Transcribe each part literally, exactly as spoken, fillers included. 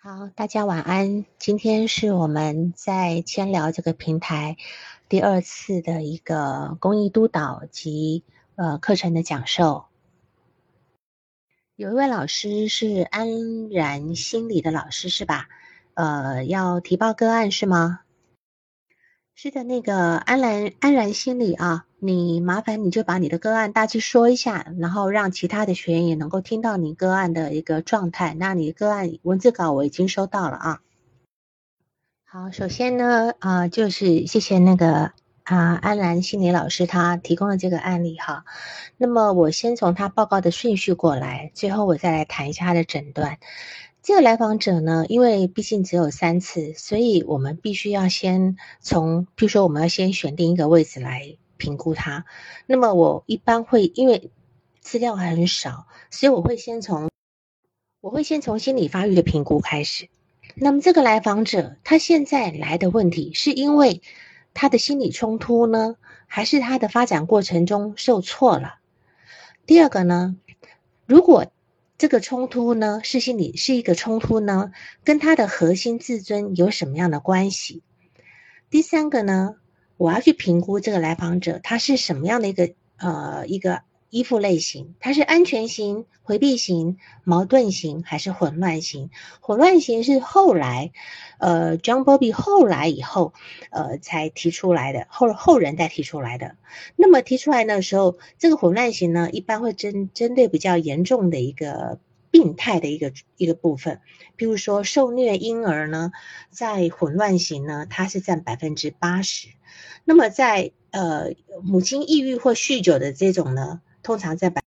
好，大家晚安。今天是我们在千聊这个平台第二次的一个公益督导及呃课程的讲授。有一位老师是安然心理的老师是吧？呃，要提报个案是吗？是的，那个安然安然心理啊，你麻烦你就把你的个案大致说一下，然后让其他的学员也能够听到你个案的一个状态。那你个案文字稿我已经收到了啊。好，首先呢，啊，就是谢谢那个啊安然心理老师他提供的这个案例哈。那么我先从他报告的顺序过来，最后我再来谈一下他的诊断。这个来访者呢，因为毕竟只有三次，所以我们必须要先从，譬如说我们要先选定一个位置来评估他。那么我一般会因为资料还很少，所以我会先从我会先从心理发育的评估开始。那么这个来访者他现在来的问题是因为他的心理冲突呢，还是他的发展过程中受挫了？第二个呢，如果这个冲突呢是心理是一个冲突呢，跟他的核心自尊有什么样的关系？第三个呢，我要去评估这个来访者他是什么样的一个呃一个依附类型，他是安全型、回避型、矛盾型还是混乱型？混乱型是后来呃 John Bowlby 后来以后呃才提出来的，后后人再提出来的。那么提出来的时候，这个混乱型呢，一般会针针对比较严重的一个病态的一个一个部分，比如说受虐婴儿呢，在混乱型呢，它是占百分之八十。那么在呃母亲抑郁或酗酒的这种呢，通常在百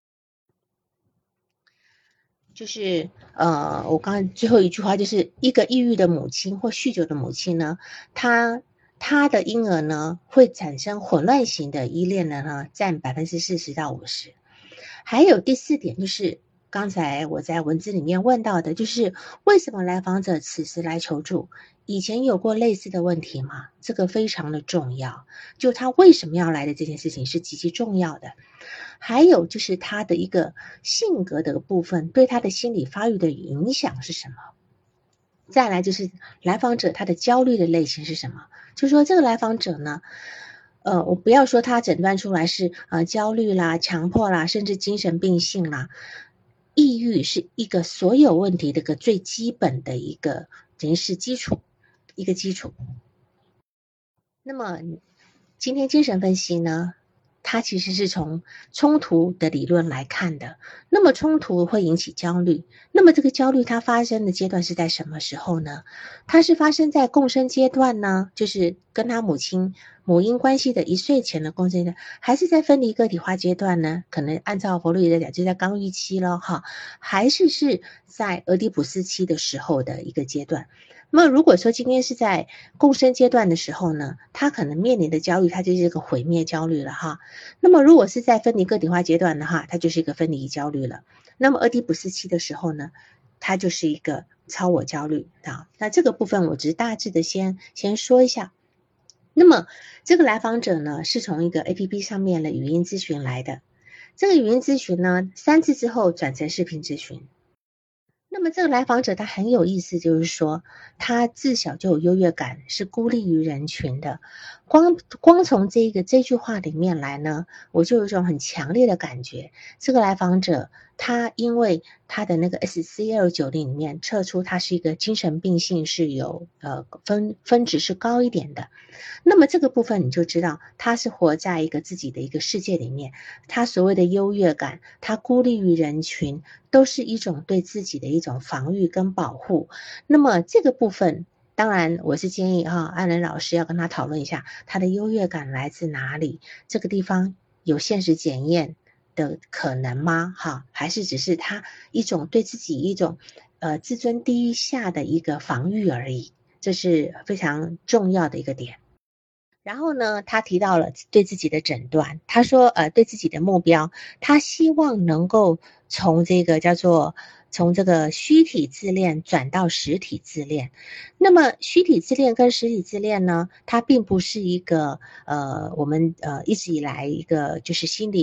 就是呃，我刚刚最后一句话就是一个抑郁的母亲或酗酒的母亲呢，她她的婴儿呢会产生混乱型的依恋的呢，占百分之四十到五十。还有第四点就是刚才我在文字里面问到的，就是为什么来访者此时来求助？以前有过类似的问题吗？这个非常的重要，就他为什么要来的这件事情是极其重要的。还有就是他的一个性格的部分对他的心理发育的影响是什么？再来就是来访者他的焦虑的类型是什么？就是说这个来访者呢，呃，我不要说他诊断出来是呃焦虑啦、强迫啦，甚至精神病性啦，抑郁是一个所有问题的一个最基本的一个等于是基础，一个基础。那么今天精神分析呢，它其实是从冲突的理论来看的。那么冲突会引起焦虑，那么这个焦虑它发生的阶段是在什么时候呢？它是发生在共生阶段呢，就是跟他母亲母婴关系的一岁前的共生阶段，还是在分离个体化阶段呢？可能按照弗洛伊德讲，就在刚预期了哈，还是是在俄狄浦斯期的时候的一个阶段。那么如果说今天是在共生阶段的时候呢，他可能面临的焦虑，它就是一个毁灭焦虑了哈。那么如果是在分离个体化阶段的话，它就是一个分离焦虑了。那么俄狄浦斯期的时候呢，它就是一个超我焦虑啊。那这个部分我只是大致的先先说一下。那么这个来访者呢，是从一个 A P P 上面的语音咨询来的。这个语音咨询呢，三次之后转成视频咨询。那么这个来访者他很有意思，就是说他自小就有优越感，是孤立于人群的。光光从这个这句话里面来呢，我就有一种很强烈的感觉。这个来访者他因为他的那个 S C L 九 里面测出他是一个精神病性是有呃分分值是高一点的。那么这个部分你就知道他是活在一个自己的一个世界里面，他所谓的优越感，他孤立于人群，都是一种对自己的一种防御跟保护。那么这个部分当然我是建议哈、啊，安仁老师要跟他讨论一下他的优越感来自哪里，这个地方有现实检验的可能吗？哈，还是只是他一种对自己一种呃自尊低下的一个防御而已，这是非常重要的一个点。然后呢，他提到了对自己的诊断，他说，呃，对自己的目标，他希望能够从这个叫做从这个虚体自恋转到实体自恋。那么虚体自恋跟实体自恋呢，它并不是一个呃我们呃一直以来一个就是心理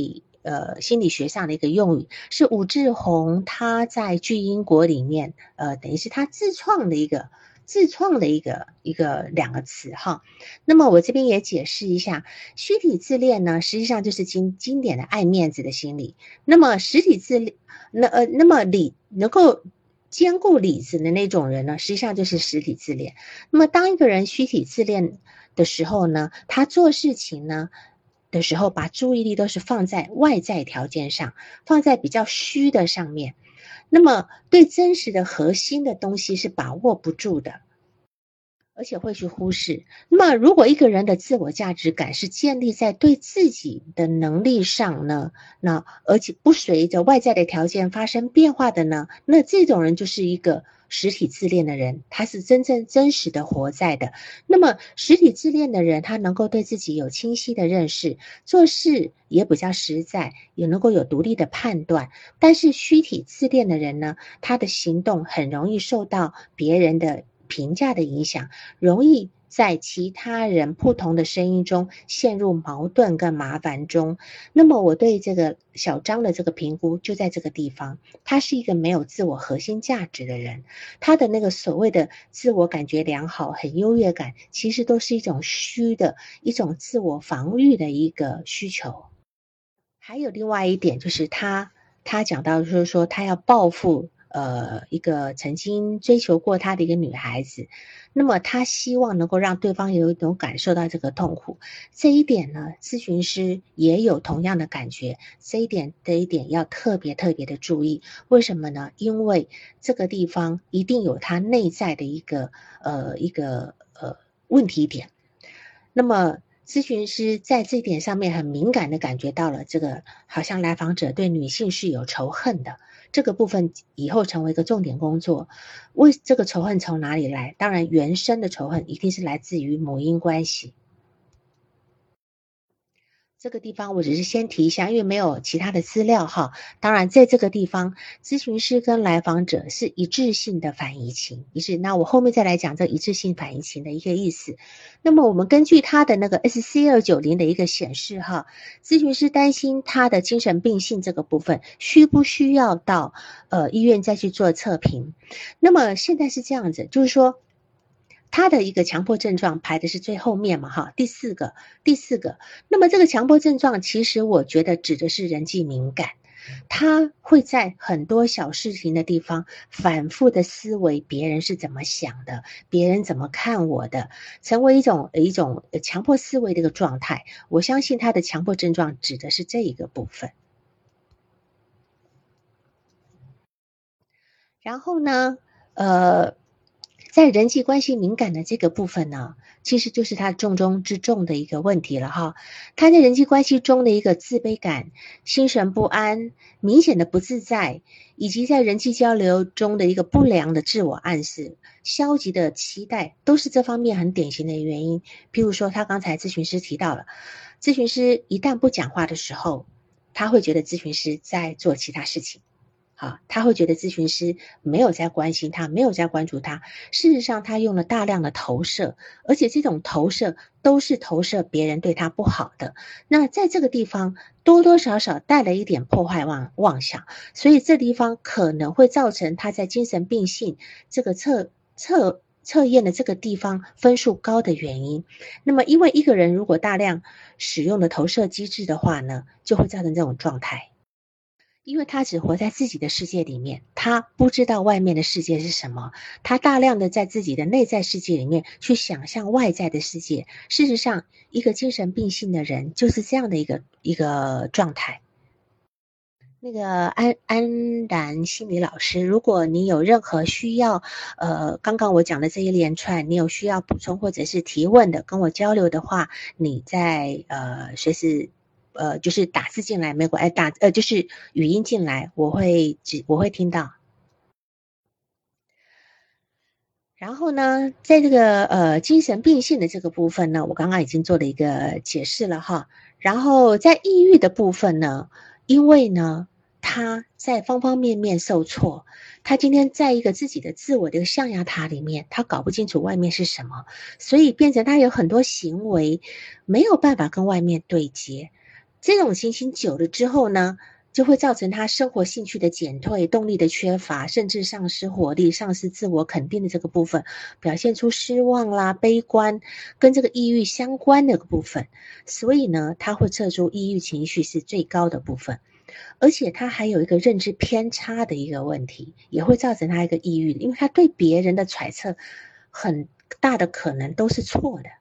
呃心理学上的一个用语，是武志红他在巨婴国里面，呃，等于是他自创的一个自创的一个一个两个词哈。那么我这边也解释一下，虚体自恋呢，实际上就是经经典的爱面子的心理。那么实体自恋，那呃，那么理能够兼顾理智的那种人呢，实际上就是实体自恋。那么当一个人虚体自恋的时候呢，他做事情呢的时候，把注意力都是放在外在条件上，放在比较虚的上面。那么对真实的核心的东西是把握不住的，而且会去忽视。那么如果一个人的自我价值感是建立在对自己的能力上呢，那而且不随着外在的条件发生变化的呢，那这种人就是一个实体自恋的人，他是真正真实的活在的。那么实体自恋的人，他能够对自己有清晰的认识，做事也比较实在，也能够有独立的判断。但是虚体自恋的人呢，他的行动很容易受到别人的评价的影响，容易在其他人不同的声音中陷入矛盾跟麻烦中。那么我对这个小张的这个评估就在这个地方，他是一个没有自我核心价值的人，他的那个所谓的自我感觉良好、很优越感，其实都是一种虚的一种自我防御的一个需求。还有另外一点就是他他讲到就是说他要报复呃一个曾经追求过他的一个女孩子，那么他希望能够让对方有一种感受到这个痛苦。这一点呢，咨询师也有同样的感觉，这一点这一点要特别特别的注意。为什么呢？因为这个地方一定有他内在的一个呃一个呃问题点。那么咨询师在这点上面很敏感的感觉到了，这个好像来访者对女性是有仇恨的，这个部分以后成为一个重点工作。为这个仇恨从哪里来？当然原生的仇恨一定是来自于母婴关系。这个地方我只是先提一下，因为没有其他的资料哈。当然，在这个地方，咨询师跟来访者是一致性的反移情，一致。那我后面再来讲这一致性反移情的一个意思。那么我们根据他的那个 S C 二九零的一个显示哈，咨询师担心他的精神病性这个部分需不需要到呃医院再去做测评？那么现在是这样子，就是说。他的一个强迫症状排的是最后面嘛，哈，第四个，第四个。那么这个强迫症状，其实我觉得指的是人际敏感，他会在很多小事情的地方反复的思维别人是怎么想的，别人怎么看我的，成为一种一种强迫思维的一个状态。我相信他的强迫症状指的是这一个部分。然后呢，呃。在人际关系敏感的这个部分呢，其实就是他重中之重的一个问题了哈。他在人际关系中的一个自卑感、心神不安、明显的不自在，以及在人际交流中的一个不良的自我暗示、消极的期待，都是这方面很典型的原因。譬如说，他刚才咨询师提到了，咨询师一旦不讲话的时候，他会觉得咨询师在做其他事情。好，他会觉得咨询师没有在关心他，没有在关注他。事实上，他用了大量的投射，而且这种投射都是投射别人对他不好的。那在这个地方多多少少带了一点破坏妄妄想，所以这地方可能会造成他在精神病性这个测测测验的这个地方分数高的原因。那么，因为一个人如果大量使用的投射机制的话呢，就会造成这种状态。因为他只活在自己的世界里面，他不知道外面的世界是什么，他大量的在自己的内在世界里面去想象外在的世界。事实上，一个精神病性的人就是这样的一个一个状态。那个安安然心理老师，如果你有任何需要，呃，刚刚我讲的这一连串，你有需要补充或者是提问的，跟我交流的话，你在呃随时。呃，就是打字进来没关，哎，打呃就是语音进来，我会只我会听到。然后呢，在这个呃精神病性的这个部分呢，我刚刚已经做了一个解释了哈。然后在抑郁的部分呢，因为呢他在方方面面受挫，他今天在一个自己的自我的一个象牙塔里面，他搞不清楚外面是什么，所以变成他有很多行为没有办法跟外面对接。 这种情形久了之后呢，就会造成他生活兴趣的减退、动力的缺乏，甚至丧失活力、丧失自我肯定的这个部分，表现出失望啦、悲观，跟这个抑郁相关的部分。所以呢，他会测出抑郁情绪是最高的部分。而且他还有一个认知偏差的一个问题，也会造成他一个抑郁，因为他对别人的揣测很大的可能都是错的。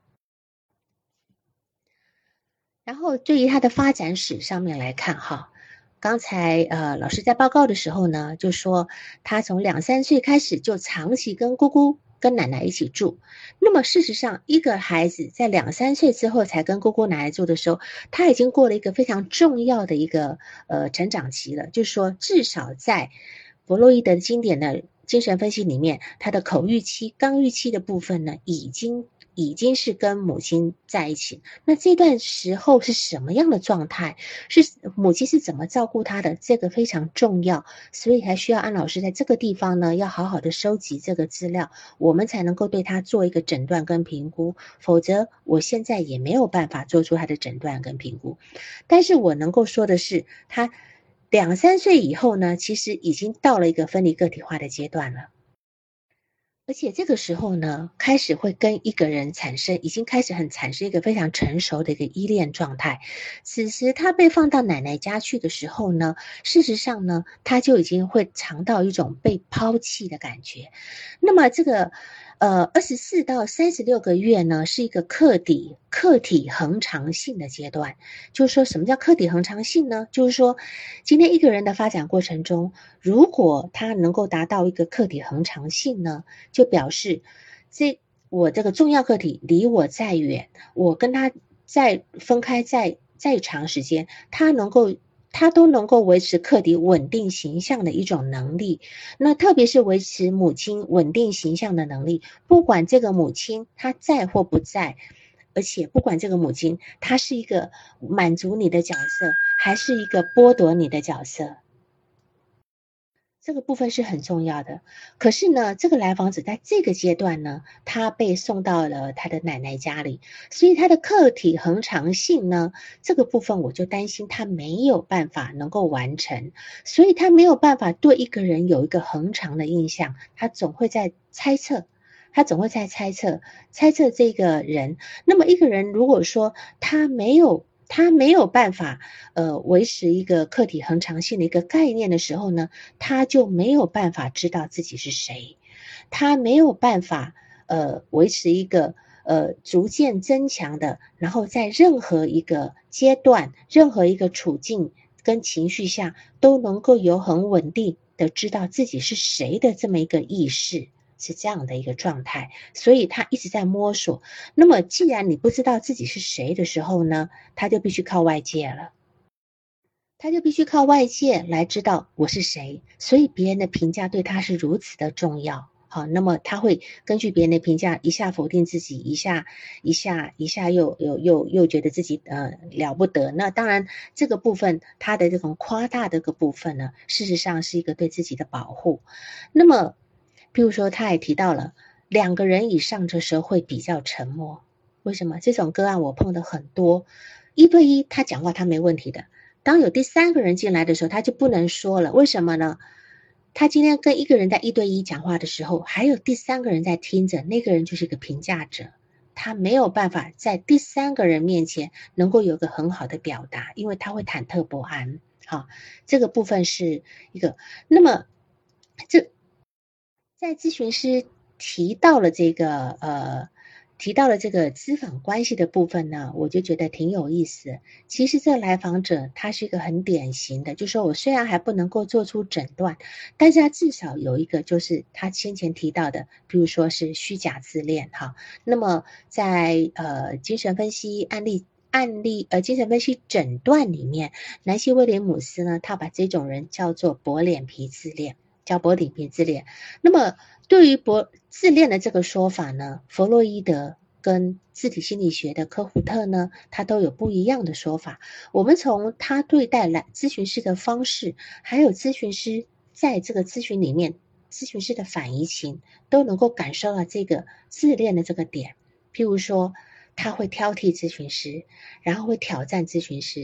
然后对于他的发展史上面来看哈，刚才呃老师在报告的时候呢，就说他从两三岁开始就长期跟姑姑跟奶奶一起住。那么事实上，一个孩子在两三岁之后才跟姑姑奶奶住的时候，他已经过了一个非常重要的一个呃成长期了。就是说，至少在弗洛伊德经典的精神分析里面，他的口欲期、刚欲期的部分呢，已经已经是跟母亲在一起。那这段时候是什么样的状态？是母亲是怎么照顾他的？这个非常重要，所以还需要安老师在这个地方呢，要好好的收集这个资料，我们才能够对他做一个诊断跟评估。否则，我现在也没有办法做出他的诊断跟评估。但是我能够说的是，他两三岁以后呢，其实已经到了一个分离个体化的阶段了。而且这个时候呢，开始会跟一个人产生，已经开始很产生一个非常成熟的一个依恋状态。此时他被放到奶奶家去的时候呢，事实上呢，他就已经会尝到一种被抛弃的感觉。那么这个呃二十四到三十六个月呢，是一个客体客体恒常性的阶段。就是说什么叫客体恒常性呢？就是说今天一个人的发展过程中，如果他能够达到一个客体恒常性呢，就表示这我这个重要个体离我再远，我跟他再分开再再长时间，他能够他都能够维持客体稳定形象的一种能力。那特别是维持母亲稳定形象的能力，不管这个母亲她在或不在，而且不管这个母亲她是一个满足你的角色，还是一个剥夺你的角色。这个部分是很重要的。可是呢，这个来访者在这个阶段呢，他被送到了他的奶奶家里，所以他的客体恒常性呢，这个部分我就担心他没有办法能够完成，所以他没有办法对一个人有一个恒常的印象，他总会在猜测。他总会在猜测，猜测这个人。那么一个人如果说他没有他没有办法，呃，维持一个客体恒常性的一个概念的时候呢，他就没有办法知道自己是谁，他没有办法，呃，维持一个呃逐渐增强的，然后在任何一个阶段、任何一个处境跟情绪下，都能够有很稳定的知道自己是谁的这么一个意识。是这样的一个状态，所以他一直在摸索。那么既然你不知道自己是谁的时候呢，他就必须靠外界了。他就必须靠外界来知道我是谁，所以别人的评价对他是如此的重要。好，那么他会根据别人的评价，一下否定自己，一下一下一下又又又又觉得自己呃了不得。那当然，这个部分他的这种夸大的这个部分呢，事实上是一个对自己的保护。那么，譬如说，他也提到了两个人以上的时候会比较沉默。为什么？这种个案我碰的很多，一对一他讲话他没问题的。当有第三个人进来的时候，他就不能说了。为什么呢？他今天跟一个人在一对一讲话的时候，还有第三个人在听着，那个人就是一个评价者，他没有办法在第三个人面前能够有个很好的表达，因为他会忐忑不安。好，这个部分是一个。那么，这在咨询师提到了这个呃。提到了这个咨访关系的部分呢，我就觉得挺有意思。其实这个来访者他是一个很典型的，就是说我虽然还不能够做出诊断，但是他至少有一个就是他先前提到的，比如说是虚假自恋哈。那么在呃精神分析案例案例呃精神分析诊断里面，南希威廉姆斯呢，他把这种人叫做薄脸皮自恋。叫薄脸皮自恋。那么对于薄自恋的这个说法呢，弗洛伊德跟自体心理学的科胡特呢，他都有不一样的说法。我们从他对待来咨询师的方式，还有咨询师在这个咨询里面，咨询师的反移情，都能够感受到这个自恋的这个点。譬如说，他会挑剔咨询师，然后会挑战咨询师，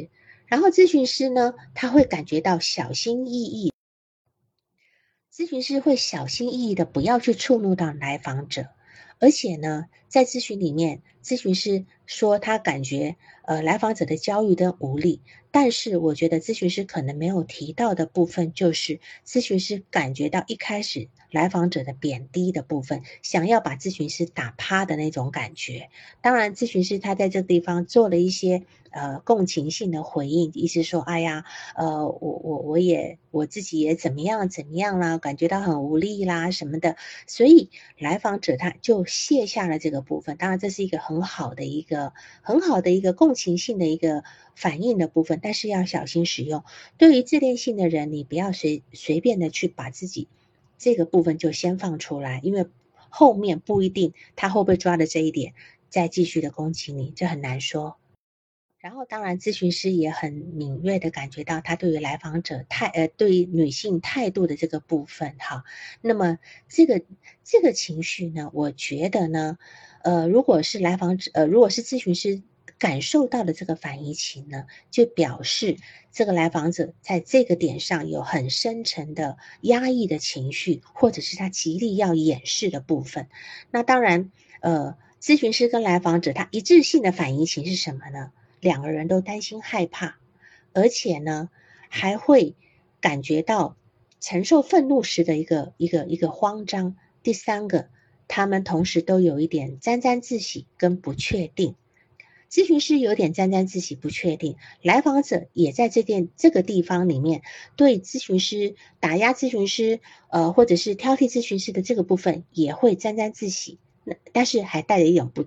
然后咨询师呢，他会感觉到小心翼翼，咨询师会小心翼翼的不要去触怒到来访者，而且呢，在咨询里面，咨询师说他感觉呃来访者的焦虑跟无力，但是我觉得咨询师可能没有提到的部分，就是咨询师感觉到一开始来访者的贬低的部分，想要把咨询师打趴的那种感觉。当然，咨询师他在这个地方做了一些呃共情性的回应，意思说，哎呀，呃，我我我也我自己也怎么样怎么样啦，感觉到很无力啦什么的，所以来访者他就卸下了这个部分。当然，这是一个很好的一个很好的一个共情性的一个反应的部分，但是要小心使用。对于自恋性的人，你不要随随便的去把自己这个部分就先放出来，因为后面不一定他会不会抓的这一点再继续的攻击你，这很难说。然后当然咨询师也很敏锐的感觉到他对于来访者态呃对于女性态度的这个部分哈。那么这个这个情绪呢，我觉得呢，呃如果是来访者呃如果是咨询师感受到的这个反移情呢，就表示这个来访者在这个点上有很深沉的压抑的情绪，或者是他极力要掩饰的部分。那当然呃咨询师跟来访者他一致性的反移情是什么呢？两个人都担心害怕，而且呢还会感觉到承受愤怒时的一个一个一个慌张。第三个，他们同时都有一点沾沾自喜跟不确定。咨询师有点沾沾自喜不确定，来访者也在这件这个地方里面对咨询师打压咨询师呃或者是挑剔咨询师的这个部分也会沾沾自喜，但是还带着一种不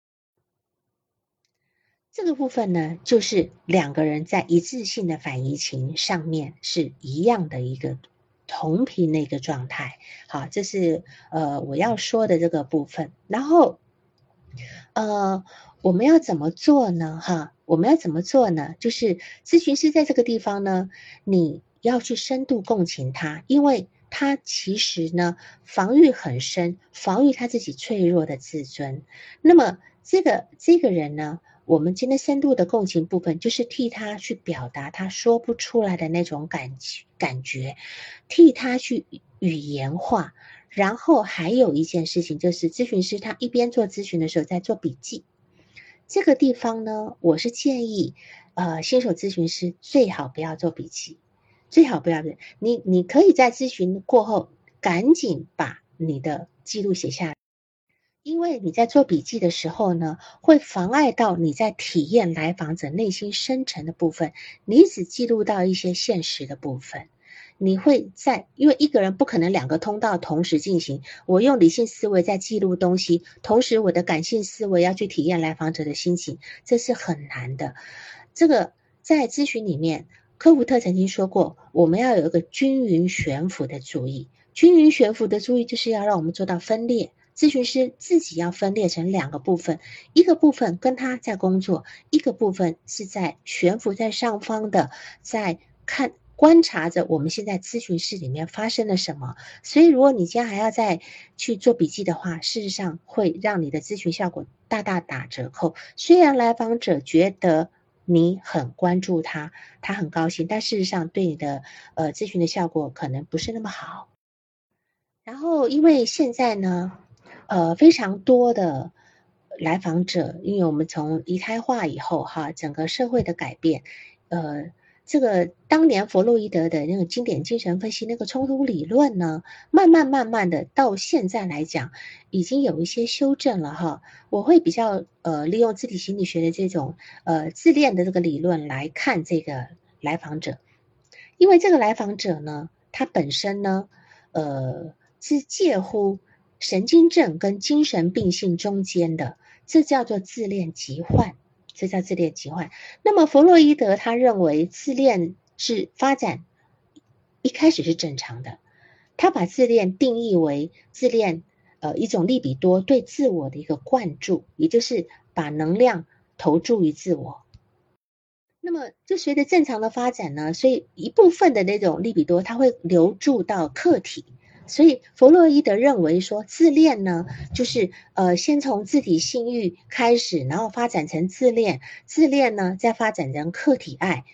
这个部分呢，就是两个人在一致性的反移情上面是一样的一个同频的一个状态。好，这是呃我要说的这个部分。然后呃我们要怎么做呢？哈，我们要怎么做呢？就是咨询师在这个地方呢，你要去深度共情他，因为他其实呢防御很深，防御他自己脆弱的自尊。那么这个这个人呢，我们今天深度的共情部分，就是替他去表达他说不出来的那种感感觉，替他去语言化。然后还有一件事情，就是咨询师他一边做咨询的时候在做笔记。这个地方呢，我是建议，呃，新手咨询师最好不要做笔记，最好不要的。你你可以在咨询过后赶紧把你的记录写下来。因为你在做笔记的时候呢，会妨碍到你在体验来访者内心深层的部分，你只记录到一些现实的部分。你会在，因为一个人不可能两个通道同时进行，我用理性思维在记录东西，同时我的感性思维要去体验来访者的心情，这是很难的。这个在咨询里面，科福特曾经说过，我们要有一个均匀悬浮的注意。均匀悬浮的注意就是要让我们做到分裂。咨询师自己要分裂成两个部分，一个部分跟他在工作，一个部分是在悬浮在上方的，在看观察着我们现在咨询室里面发生了什么。所以如果你今天还要再去做笔记的话，事实上会让你的咨询效果大大打折扣。虽然来访者觉得你很关注他，他很高兴，但事实上对你的呃咨询的效果可能不是那么好。然后因为现在呢呃，非常多的来访者，因为我们从胚胎化以后哈，整个社会的改变，呃，这个当年弗洛伊德的那个经典精神分析那个冲突理论呢，慢慢慢慢的到现在来讲，已经有一些修正了哈。我会比较呃利用自体心理学的这种呃自恋的这个理论来看这个来访者，因为这个来访者呢，他本身呢，呃，是介乎神经症跟精神病性中间的，这叫做自恋疾患，这叫自恋疾患。那么弗洛伊德他认为自恋是发展一开始是正常的，他把自恋定义为自恋呃一种利比多对自我的一个灌注，也就是把能量投注于自我。那么就随着正常的发展呢，所以一部分的那种利比多它会流注到客体。所以弗洛伊德认为说自恋呢，就是呃先从自体性欲开始，然后发展成自恋，自恋呢再发展成客体爱。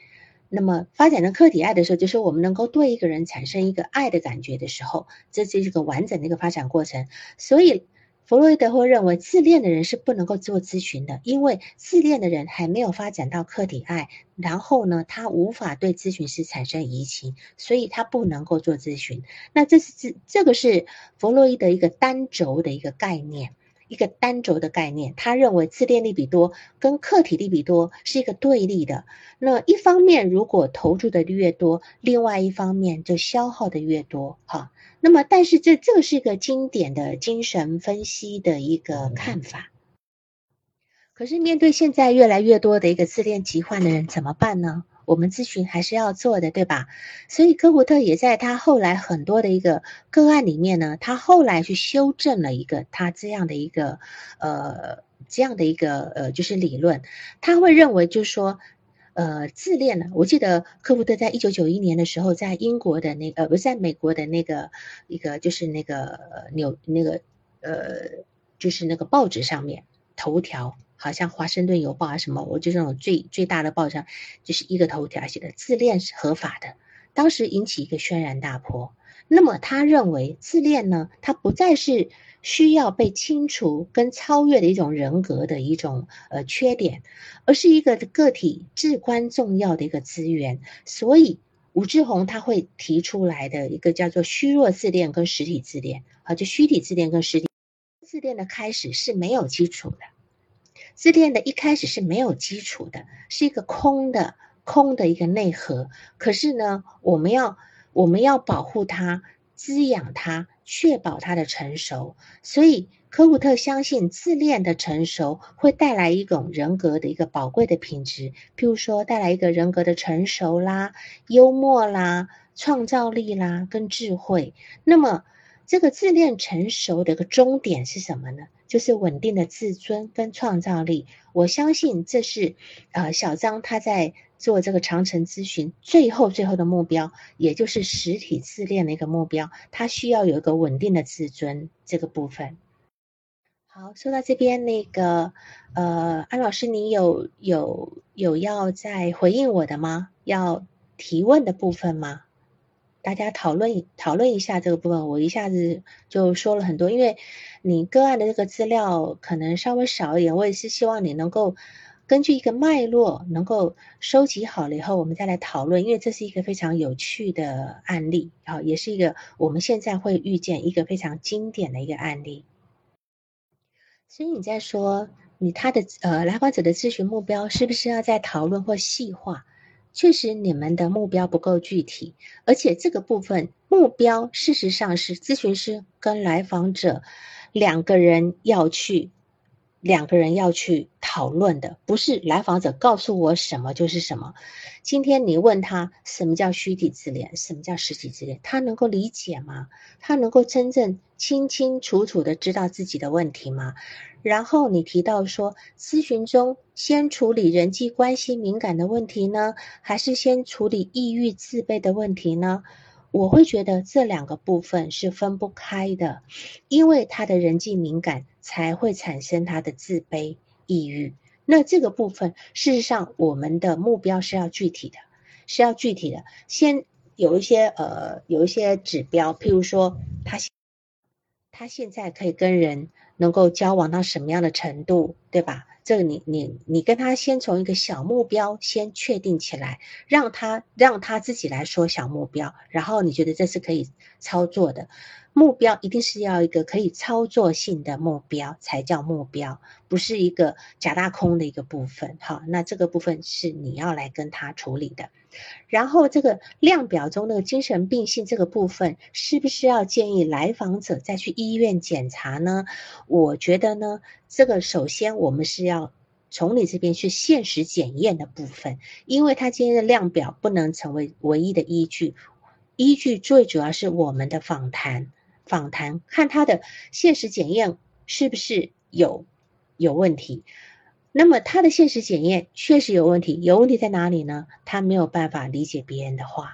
那么发展成客体爱的时候，就是我们能够对一个人产生一个爱的感觉的时候，这是一个完整的一个发展过程。所以弗洛伊德会认为自恋的人是不能够做咨询的，因为自恋的人还没有发展到客体爱，然后呢，他无法对咨询师产生移情，所以他不能够做咨询。那这是这个是弗洛伊德一个单轴的一个概念。一个单轴的概念，他认为自恋力比多跟客体力比多是一个对立的。那一方面如果投注的越多，另外一方面就消耗的越多哈。那么但是这这个是一个经典的精神分析的一个看法。可是面对现在越来越多的一个自恋疾患的人怎么办呢？我们咨询还是要做的，对吧？所以科胡特也在他后来很多的一个个案里面呢，他后来去修正了一个他这样的一个呃这样的一个呃就是理论。他会认为就是说呃自恋呢，我记得科胡特在一九九一年的时候，在英国的那个呃不是在美国的那个一个就是那个呃纽那个呃就是那个报纸上面头条。好像华盛顿邮报啊什么，我就这种最最大的报上，就是一个头条写的自恋是合法的，当时引起一个轩然大波。那么他认为自恋呢，它不再是需要被清除跟超越的一种人格的一种呃缺点，而是一个个体至关重要的一个资源。所以武志红他会提出来的一个叫做虚弱自恋跟实体自恋，啊，就虚体自恋跟实体自恋的开始是没有基础的。自恋的一开始是没有基础的，是一个空的空的一个内核。可是呢，我们要我们要保护它，滋养它，确保它的成熟。所以科胡特相信自恋的成熟会带来一种人格的一个宝贵的品质，譬如说带来一个人格的成熟啦、幽默啦、创造力啦跟智慧。那么这个自恋成熟的一个终点是什么呢？就是稳定的自尊跟创造力。我相信这是呃小张他在做这个长程咨询最后最后的目标，也就是实体自恋的一个目标。他需要有一个稳定的自尊这个部分。好，说到这边那个呃安老师，你有有有要再回应我的吗？要提问的部分吗？大家讨论讨论一下这个部分，我一下子就说了很多，因为你个案的这个资料可能稍微少一点，我也是希望你能够根据一个脉络能够收集好了以后，我们再来讨论，因为这是一个非常有趣的案例啊，也是一个我们现在会遇见一个非常经典的一个案例。所以你在说你他的呃来访者的咨询目标是不是要再讨论或细化？确实你们的目标不够具体，而且这个部分目标事实上是咨询师跟来访者两个人要去两个人要去讨论的，不是来访者告诉我什么就是什么。今天你问他什么叫虚体自恋，什么叫实体自恋，他能够理解吗？他能够真正清清楚楚的知道自己的问题吗？然后你提到说，咨询中先处理人际关系敏感的问题呢，还是先处理抑郁自卑的问题呢？我会觉得这两个部分是分不开的，因为他的人际敏感才会产生他的自卑、抑郁。那这个部分，事实上我们的目标是要具体的，是要具体的。先有一些呃有一些指标，譬如说他他现在可以跟人能够交往到什么样的程度，对吧？这个你你你跟他先从一个小目标先确定起来，让他让他自己来说小目标，然后你觉得这是可以操作的。目标一定是要一个可以操作性的目标才叫目标，不是一个假大空的一个部分。好，那这个部分是你要来跟他处理的。然后这个量表中那个精神病性这个部分，是不是要建议来访者再去医院检查呢？我觉得呢，这个首先我们是要从你这边去现实检验的部分，因为他今天的量表不能成为唯一的依据，依据最主要是我们的访谈，访谈看他的现实检验是不是有有问题。那么他的现实检验确实有问题，有问题在哪里呢？他没有办法理解别人的话，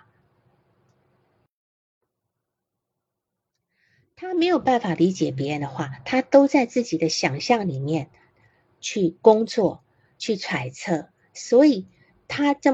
他没有办法理解别人的话，他都在自己的想象里面去工作、去揣测，所以他这么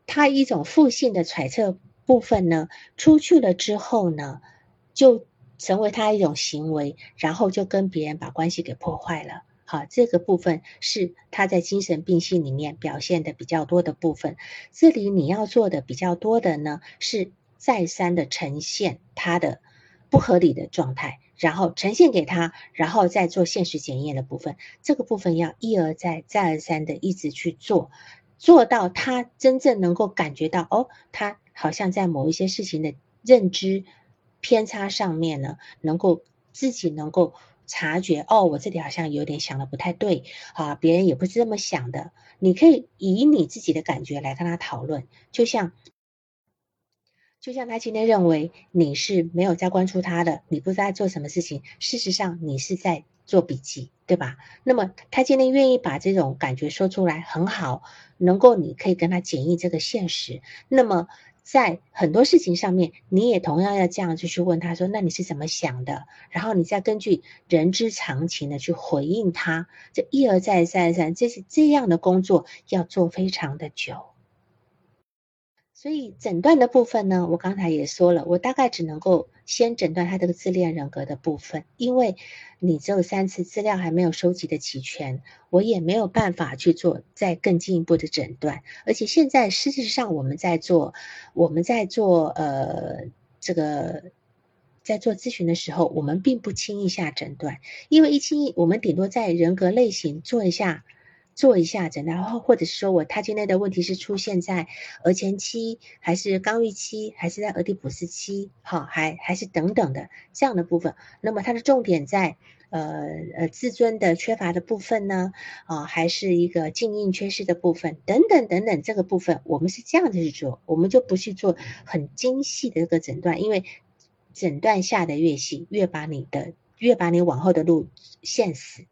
他一种负性的揣测部分呢，出去了之后呢，就成为他一种行为，然后就跟别人把关系给破坏了。好，这个部分是他在精神病系里面表现的比较多的部分。这里你要做的比较多的呢，是再三的呈现他的不合理的状态，然后呈现给他，然后再做现实检验的部分。这个部分要一而再再而三的一直去做，做到他真正能够感觉到，哦，他好像在某一些事情的认知偏差上面呢，能够自己能够察觉，哦，我这里好像有点想的不太对啊，别人也不是这么想的。你可以以你自己的感觉来跟他讨论，就像就像他今天认为你是没有在关注他的，你不知道在做什么事情，事实上你是在做笔记，对吧？那么他今天愿意把这种感觉说出来，很好，能够你可以跟他检验这个现实。那么在很多事情上面，你也同样要这样就去问他说，那你是怎么想的？然后你再根据人之常情的去回应他，这一而再再而三，这是这样的工作要做非常的久。所以诊断的部分呢，我刚才也说了，我大概只能够先诊断他这个自恋人格的部分，因为你只有三次资料还没有收集的齐全，我也没有办法去做再更进一步的诊断。而且现在事实上我们在做我们在做呃这个在做咨询的时候，我们并不轻易下诊断，因为一轻易我们顶多在人格类型做一下。做一下诊断，然后或者是说我他今天的问题是出现在额前期，还是肛域期，还是在俄狄浦斯期，好，还还是等等的这样的部分。那么它的重点在呃呃自尊的缺乏的部分呢，啊、还是一个静音缺失的部分，等等等等，这个部分我们是这样子去做，我们就不去做很精细的这个诊断，因为诊断下的越细，越把你的越把你往后的路限死。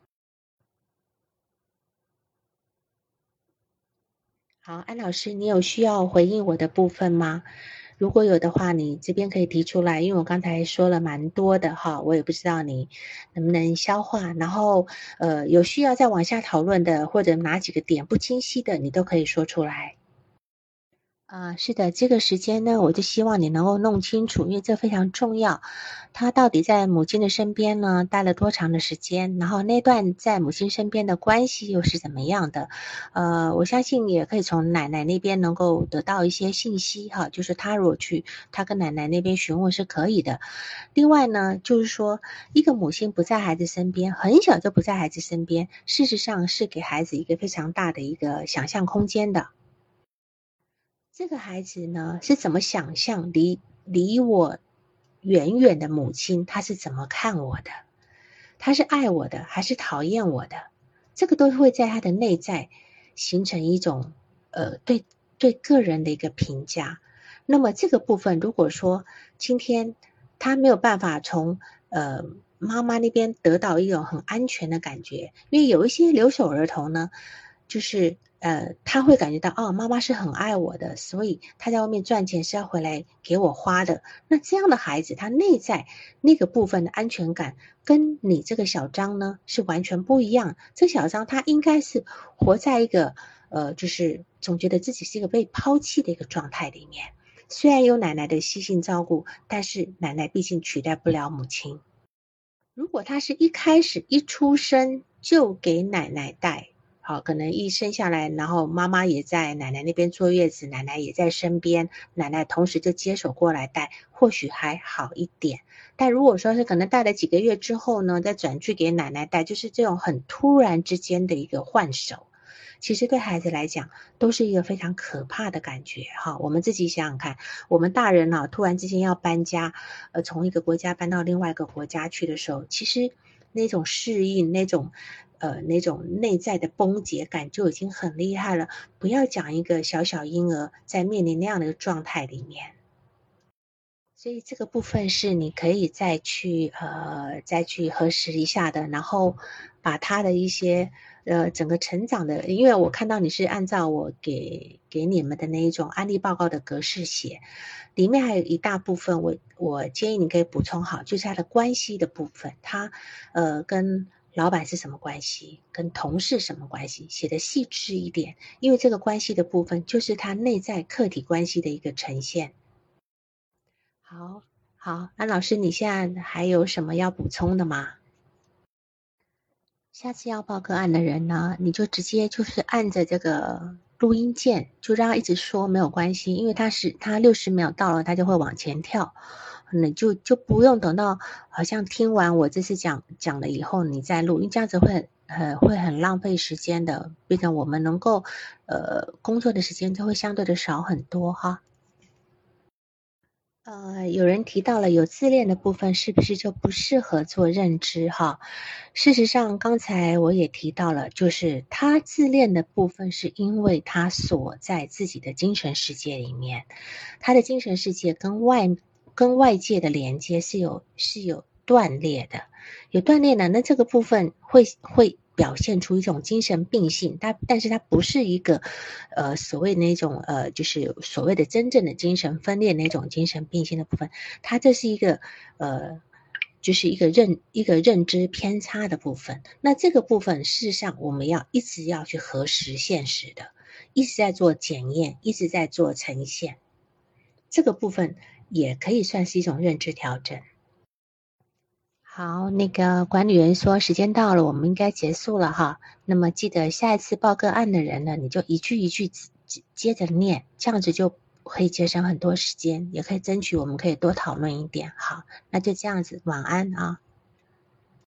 好，安老师，你有需要回应我的部分吗？如果有的话，你这边可以提出来，因为我刚才说了蛮多的哈，我也不知道你能不能消化。然后，呃，有需要再往下讨论的，或者哪几个点不清晰的，你都可以说出来。啊，是的，这个时间呢，我就希望你能够弄清楚，因为这非常重要。他到底在母亲的身边呢，待了多长的时间？然后那段在母亲身边的关系又是怎么样的？呃，我相信也可以从奶奶那边能够得到一些信息哈，就是他如果去他跟奶奶那边询问是可以的。另外呢，就是说一个母亲不在孩子身边，很小就不在孩子身边，事实上是给孩子一个非常大的一个想象空间的。这个孩子呢，是怎么想象离离我远远的母亲，他是怎么看我的？他是爱我的，还是讨厌我的？这个都会在他的内在形成一种呃对对个人的一个评价。那么这个部分，如果说今天他没有办法从呃妈妈那边得到一种很安全的感觉，因为有一些留守儿童呢，就是呃他会感觉到哦妈妈是很爱我的，所以他在外面赚钱是要回来给我花的。那这样的孩子，他内在那个部分的安全感，跟你这个小张呢是完全不一样。这小张他应该是活在一个呃，就是总觉得自己是一个被抛弃的一个状态里面。虽然有奶奶的悉心照顾，但是奶奶毕竟取代不了母亲。如果他是一开始一出生就给奶奶带，好，可能一生下来，然后妈妈也在奶奶那边坐月子，奶奶也在身边，奶奶同时就接手过来带，或许还好一点。但如果说是可能带了几个月之后呢，再转去给奶奶带，就是这种很突然之间的一个换手，其实对孩子来讲都是一个非常可怕的感觉哈。我们自己想想看，我们大人啊，突然之间要搬家，呃，从一个国家搬到另外一个国家去的时候，其实那种适应，那种呃那种内在的崩解感就已经很厉害了。不要讲一个小小婴儿在面临那样的一个状态里面。所以这个部分是你可以再去呃再去核实一下的，然后把他的一些呃整个成长的，因为我看到你是按照我给给你们的那一种案例报告的格式写，里面还有一大部分我我建议你可以补充好，就是他的关系的部分，他呃跟老板是什么关系，跟同事什么关系，写的细致一点，因为这个关系的部分就是他内在客体关系的一个呈现。好，好，安老师，你现在还有什么要补充的吗？下次要报个案的人呢，你就直接就是按着这个录音键，就让他一直说没有关系，因为他是他六十秒到了，他就会往前跳，你就就不用等到好像听完我这次讲讲了以后你再录，因为这样子会很会很浪费时间的，变成我们能够呃工作的时间就会相对的少很多哈。呃，有人提到了有自恋的部分，是不是就不适合做认知哈？事实上，刚才我也提到了，就是他自恋的部分，是因为他锁在自己的精神世界里面，他的精神世界跟外跟外界的连接是有是有断裂的，有断裂呢，那这个部分会会表现出一种精神病性，但但是它不是一个，呃，所谓那种呃，就是所谓的真正的精神分裂那种精神病性的部分，它这是一个呃，就是一个认一个认知偏差的部分。那这个部分事实上我们要一直要去核实现实的，一直在做检验，一直在做呈现，这个部分也可以算是一种认知调整。好，那个管理员说时间到了，我们应该结束了哈。那么记得下一次报个案的人呢，你就一句一句接接着念，这样子就可以节省很多时间，也可以争取我们可以多讨论一点。好，那就这样子，晚安啊。